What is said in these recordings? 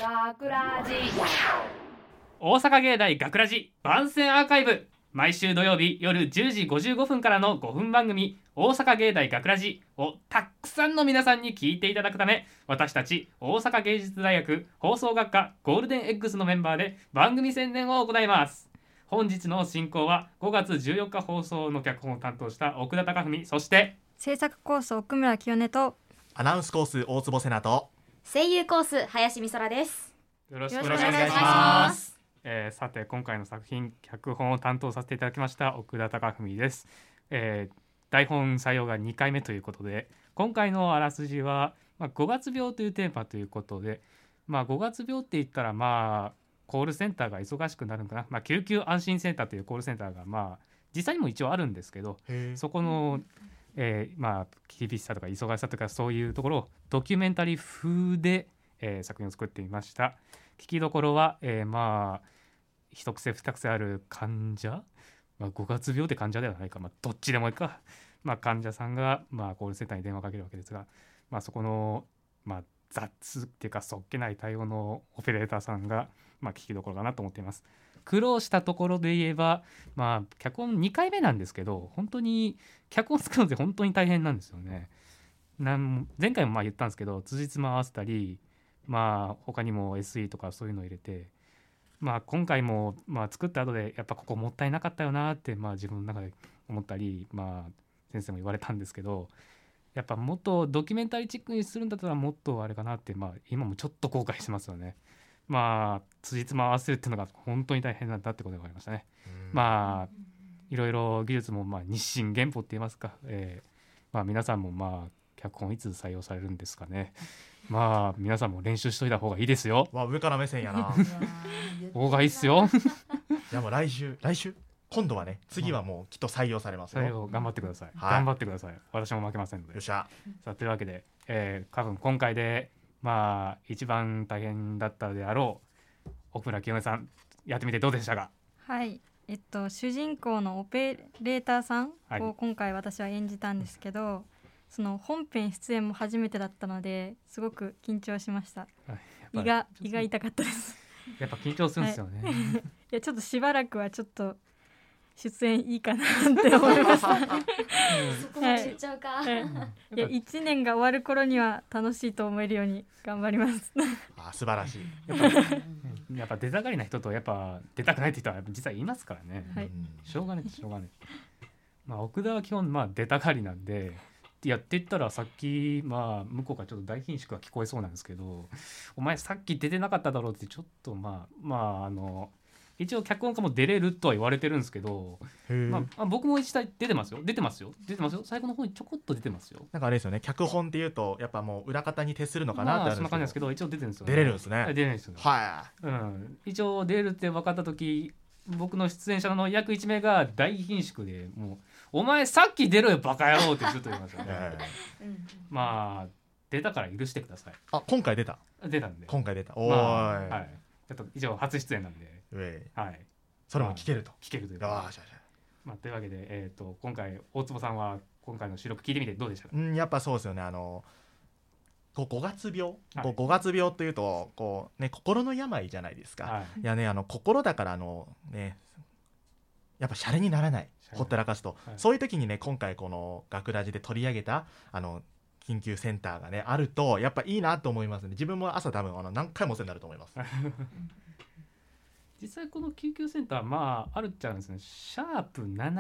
学ラジ大阪芸大学ラジ番宣アーカイブ、毎週土曜日夜10時55分からの5分番組大阪芸大学ラジをたくさんの皆さんに聞いていただくため、私たち大阪芸術大学放送学科ゴールデン X のメンバーで番組宣伝を行います。本日の進行は5月14日放送の脚本を担当した奥田貴文、そして制作コース奥村清音とアナウンスコース大坪瀬名と声優コース林美空です。 よろしくおお願いします。 願いします。 さて今回の作品脚本を担当させていただきました奥田貴文です。台本採用が2回目ということで、今回のあらすじは、5月病というテーマということで、5月病って言ったらコールセンターが忙しくなるのかな、救急安心センターというコールセンターが実際にも一応あるんですけど、そこの厳しさとか忙しさとかそういうところをドキュメンタリー風で、作品を作ってみました。聞きどころは、一癖二癖ある患者、5月病って患者ではないか、どっちでもいいか、患者さんが、コールセンターに電話かけるわけですが、そこの、雑っていうかそっけない対応のオペレーターさんが、聞きどころかなと思っています。苦労したところで言えば、脚本2回目なんですけど、本当に脚本作るのって本当に大変なんですよね。前回も言ったんですけど、辻褄合わせたり、他にも SE とかそういうのを入れて、今回も作った後でやっぱここもったいなかったよなって自分の中で思ったり、先生も言われたんですけど、やっぱもっとドキュメンタリーチックにするんだったらもっとあれかなって、今もちょっと後悔してますよね。辻褄合わせるっていうのが本当に大変なんだってことが分かりましたね。いろいろ技術も日進月歩って言いますか、皆さんも脚本いつ採用されるんですかね。皆さんも練習しといた方がいいですよ。 上から目線やな方がいいっすよ。 いやもう来週今度はね、次はもうきっと採用されますよ。 採用頑張ってください、頑張ってください。私も負けませんので。 よっしゃ。 さあというわけで、多分今回で一番大変だったであろう奥村清音さん、やってみてどうでしたか？ はい、主人公のオペレーターさんを今回私は演じたんですけど、その本編出演も初めてだったのですごく緊張しました。胃が痛かったです。 やっぱ緊張するんですよね。 いやちょっとしばらくはちょっと出演いいかなって思いました。 そこまで言っちゃうか。 いや1年が終わる頃には楽しいと思えるように頑張ります。 素晴らしい。 やっぱ出たがりな人とやっぱ出たくないって人は実はいますからね、しょうがない。奥田は基本出たがりなんで、やっていったらさっき向こうからちょっと大品種が聞こえそうなんですけど、お前さっき出てなかっただろうってちょっと一応脚本家も出れるとは言われてるんですけど、僕も一体出てますよ最後の方にちょこっと出てますよ。 なんかあれですよね、脚本っていうとやっぱもう裏方に徹するのかなってあるんですけど、 そんな感じなんですけど一応出てるんですよね。 出れるんですね。 出れないですよね。一応出れるって分かった時、僕の出演者の約1名が大品種で、もうお前さっき出ろよバカ野郎ってずっと言いましたね。出たから許してください。 今回出たんで今回出た。おーい、 ちょっと一応初出演なんで、 それも聞けるとということというわけで、今回大坪さんは今回の収録聞いてみてどうでしたか？ やっぱそうですよね。5月病、5月病というと心の病じゃないですか。いやね、心だからやっぱシャレにならない、ほったらかすと、そういう時にね、今回この学ラジで取り上げた緊急センターがねあるとやっぱいいなと思いますね。自分も朝多分何回もお世話になると思います。 実際この救急センターあるっちゃうんですね。シャープ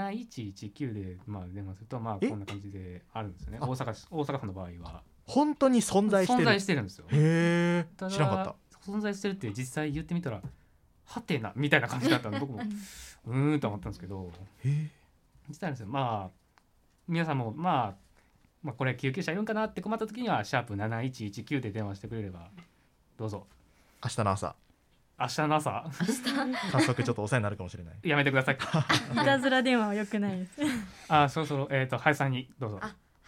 7119で電話するとこんな感じであるんですよね。大阪府の場合は本当に存在してるんですよ。 へー、知らなかった。 存在してるって実際言ってみたらはてなみたいな感じだったので僕もと思ったんですけど、実際ですよ。皆さんもこれ救急車いるんかなって困った時にはシャープ7119で電話してくれればどうぞ。 明日の朝早速ちょっとお世話になるかもしれない。 やめてください。 いたずら電話は良くないです。 そろそろ林さんにどうぞ。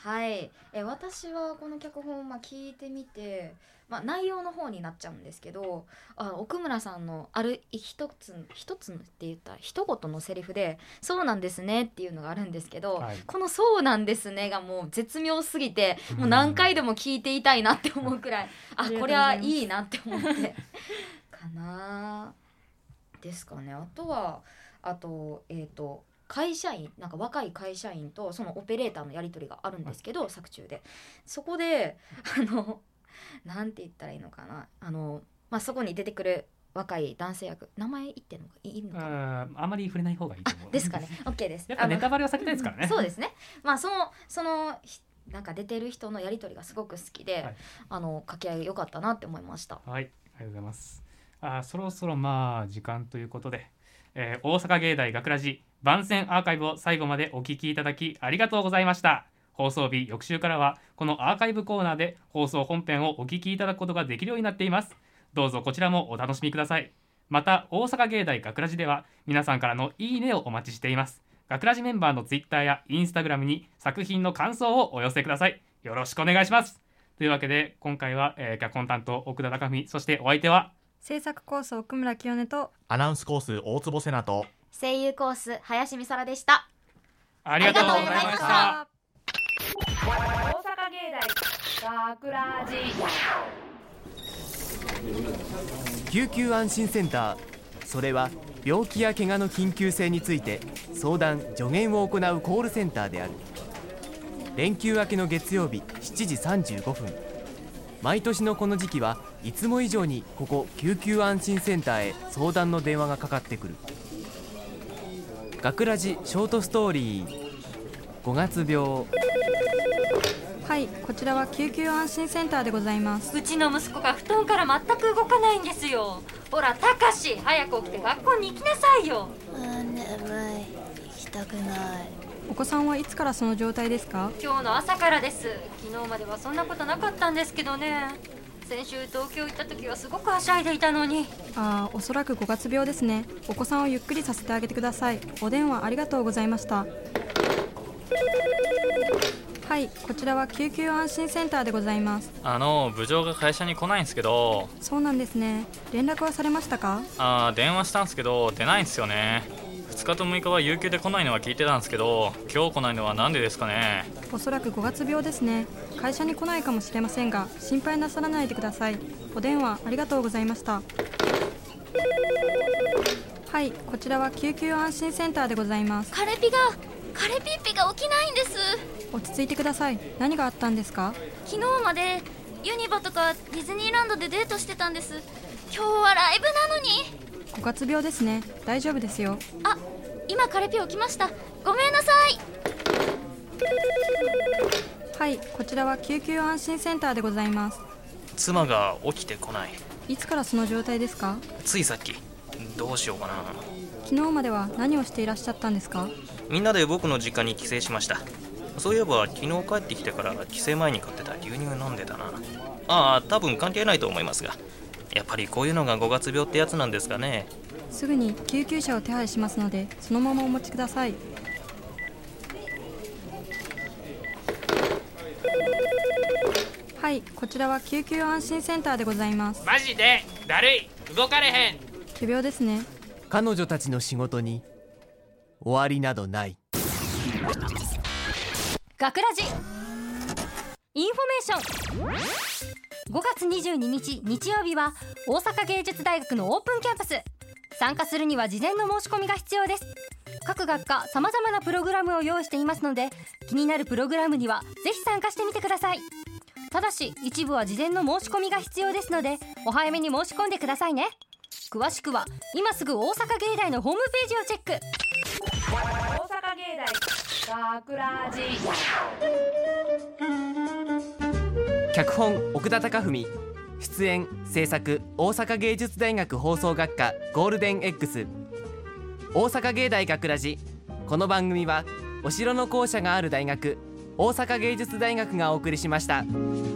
はい、私はこの脚本を聞いてみて、内容の方になっちゃうんですけど、奥村さんのある一つって言った一言のセリフでそうなんですねっていうのがあるんですけど、はい、このそうなんですねがもう絶妙すぎて、もう何回でも聞いていたいなって思うくらいこれはいいなって思ってかなですかね。あと会社員若い会社員とそのオペレーターのやり取りがあるんですけど、作中でそこでなんて言ったらいいのかな、そこに出てくる若い男性役、名前言ってんのがいいのかな、 あまり触れない方がいいと思うですかね。 OK です。 やっぱネタバレは避けたいですからね。 そうですね。その出てる人のやり取りがすごく好きで、はい、掛け合い良かったなって思いました。 はい、ありがとうございます。そろそろ時間ということで、大阪芸大学ラジ番宣アーカイブを最後までお聞きいただきありがとうございました。放送日翌週からはこのアーカイブコーナーで放送本編をお聞きいただくことができるようになっています。どうぞこちらもお楽しみください。また大阪芸大学ラジでは皆さんからのいいねをお待ちしています。学ラジメンバーのツイッターやインスタグラムに作品の感想をお寄せください。よろしくお願いします。というわけで今回は、脚本担当奥田貴文、そしてお相手は制作コース奥村清音とアナウンスコース大坪瀬名と声優コース林美空でした。 ありがとうございました。 大阪芸大学ラジ救急安心センター、それは病気や怪我の緊急性について相談・助言を行うコールセンターである。連休明けの月曜日7時35分、毎年のこの時期はいつも以上にここ救急安心センターへ相談の電話がかかってくる。学ラジショートストーリー5月病。 はい、こちらは救急安心センターでございます。 うちの息子が布団から全く動かないんですよ。ほらたかし、早く起きて学校に行きなさいよ。 眠い、行きたくない。 お子さんはいつからその状態ですか？ 今日の朝からです。昨日まではそんなことなかったんですけどね。先週東京行った時はすごくはしゃいでいたのに。 おそらく5月病ですね。お子さんをゆっくりさせてあげてください。お電話ありがとうございました。はい、こちらは救急安心センターでございます。 部長が会社に来ないんですけど。 そうなんですね。連絡はされましたか？ 電話したんですけど出ないんですよね。2日と6日は有給で来ないのは聞いてたんですけど、今日来ないのはなんでですかね。 おそらく5月病ですね。会社に来ないかもしれませんが心配なさらないでください。お電話ありがとうございました。はい、こちらは救急安心センターでございます。 カレピッピが起きないんです。 落ち着いてください。何があったんですか？ 昨日までユニバとかディズニーランドでデートしてたんです。今日はライブなのに。 5月病ですね。大丈夫ですよ。 今カレピ起きました。ごめんなさい。 はい、こちらは救急安心センターでございます。 妻が起きてこない。 いつからその状態ですか？ ついさっき。どうしようかな。 昨日までは何をしていらっしゃったんですか？ みんなで僕の実家に帰省しました。そういえば昨日帰ってきてから帰省前に買ってた牛乳飲んでたな。多分関係ないと思いますが、やっぱりこういうのが5月病ってやつなんですかね。 すぐに救急車を手配しますのでそのままお持ちください。はい、こちらは救急安心センターでございます。 マジでだるい、動かれへん。 仮病ですね。 彼女たちの仕事に終わりなどない。 学ラジインフォメーション。5月22日日曜日は大阪芸術大学のオープンキャンパス。参加するには事前の申し込みが必要です。各学科さまざまなプログラムを用意していますので、気になるプログラムにはぜひ参加してみてください。ただし一部は事前の申し込みが必要ですのでお早めに申し込んでくださいね。詳しくは今すぐ大阪芸大のホームページをチェック。 大阪芸大学ラジ。 脚本奥田貴文、出演制作大阪芸術大学放送学科ゴールデン X。 大阪芸大学ラジ。この番組はお城の校舎がある大学大阪芸術大学がお送りしました。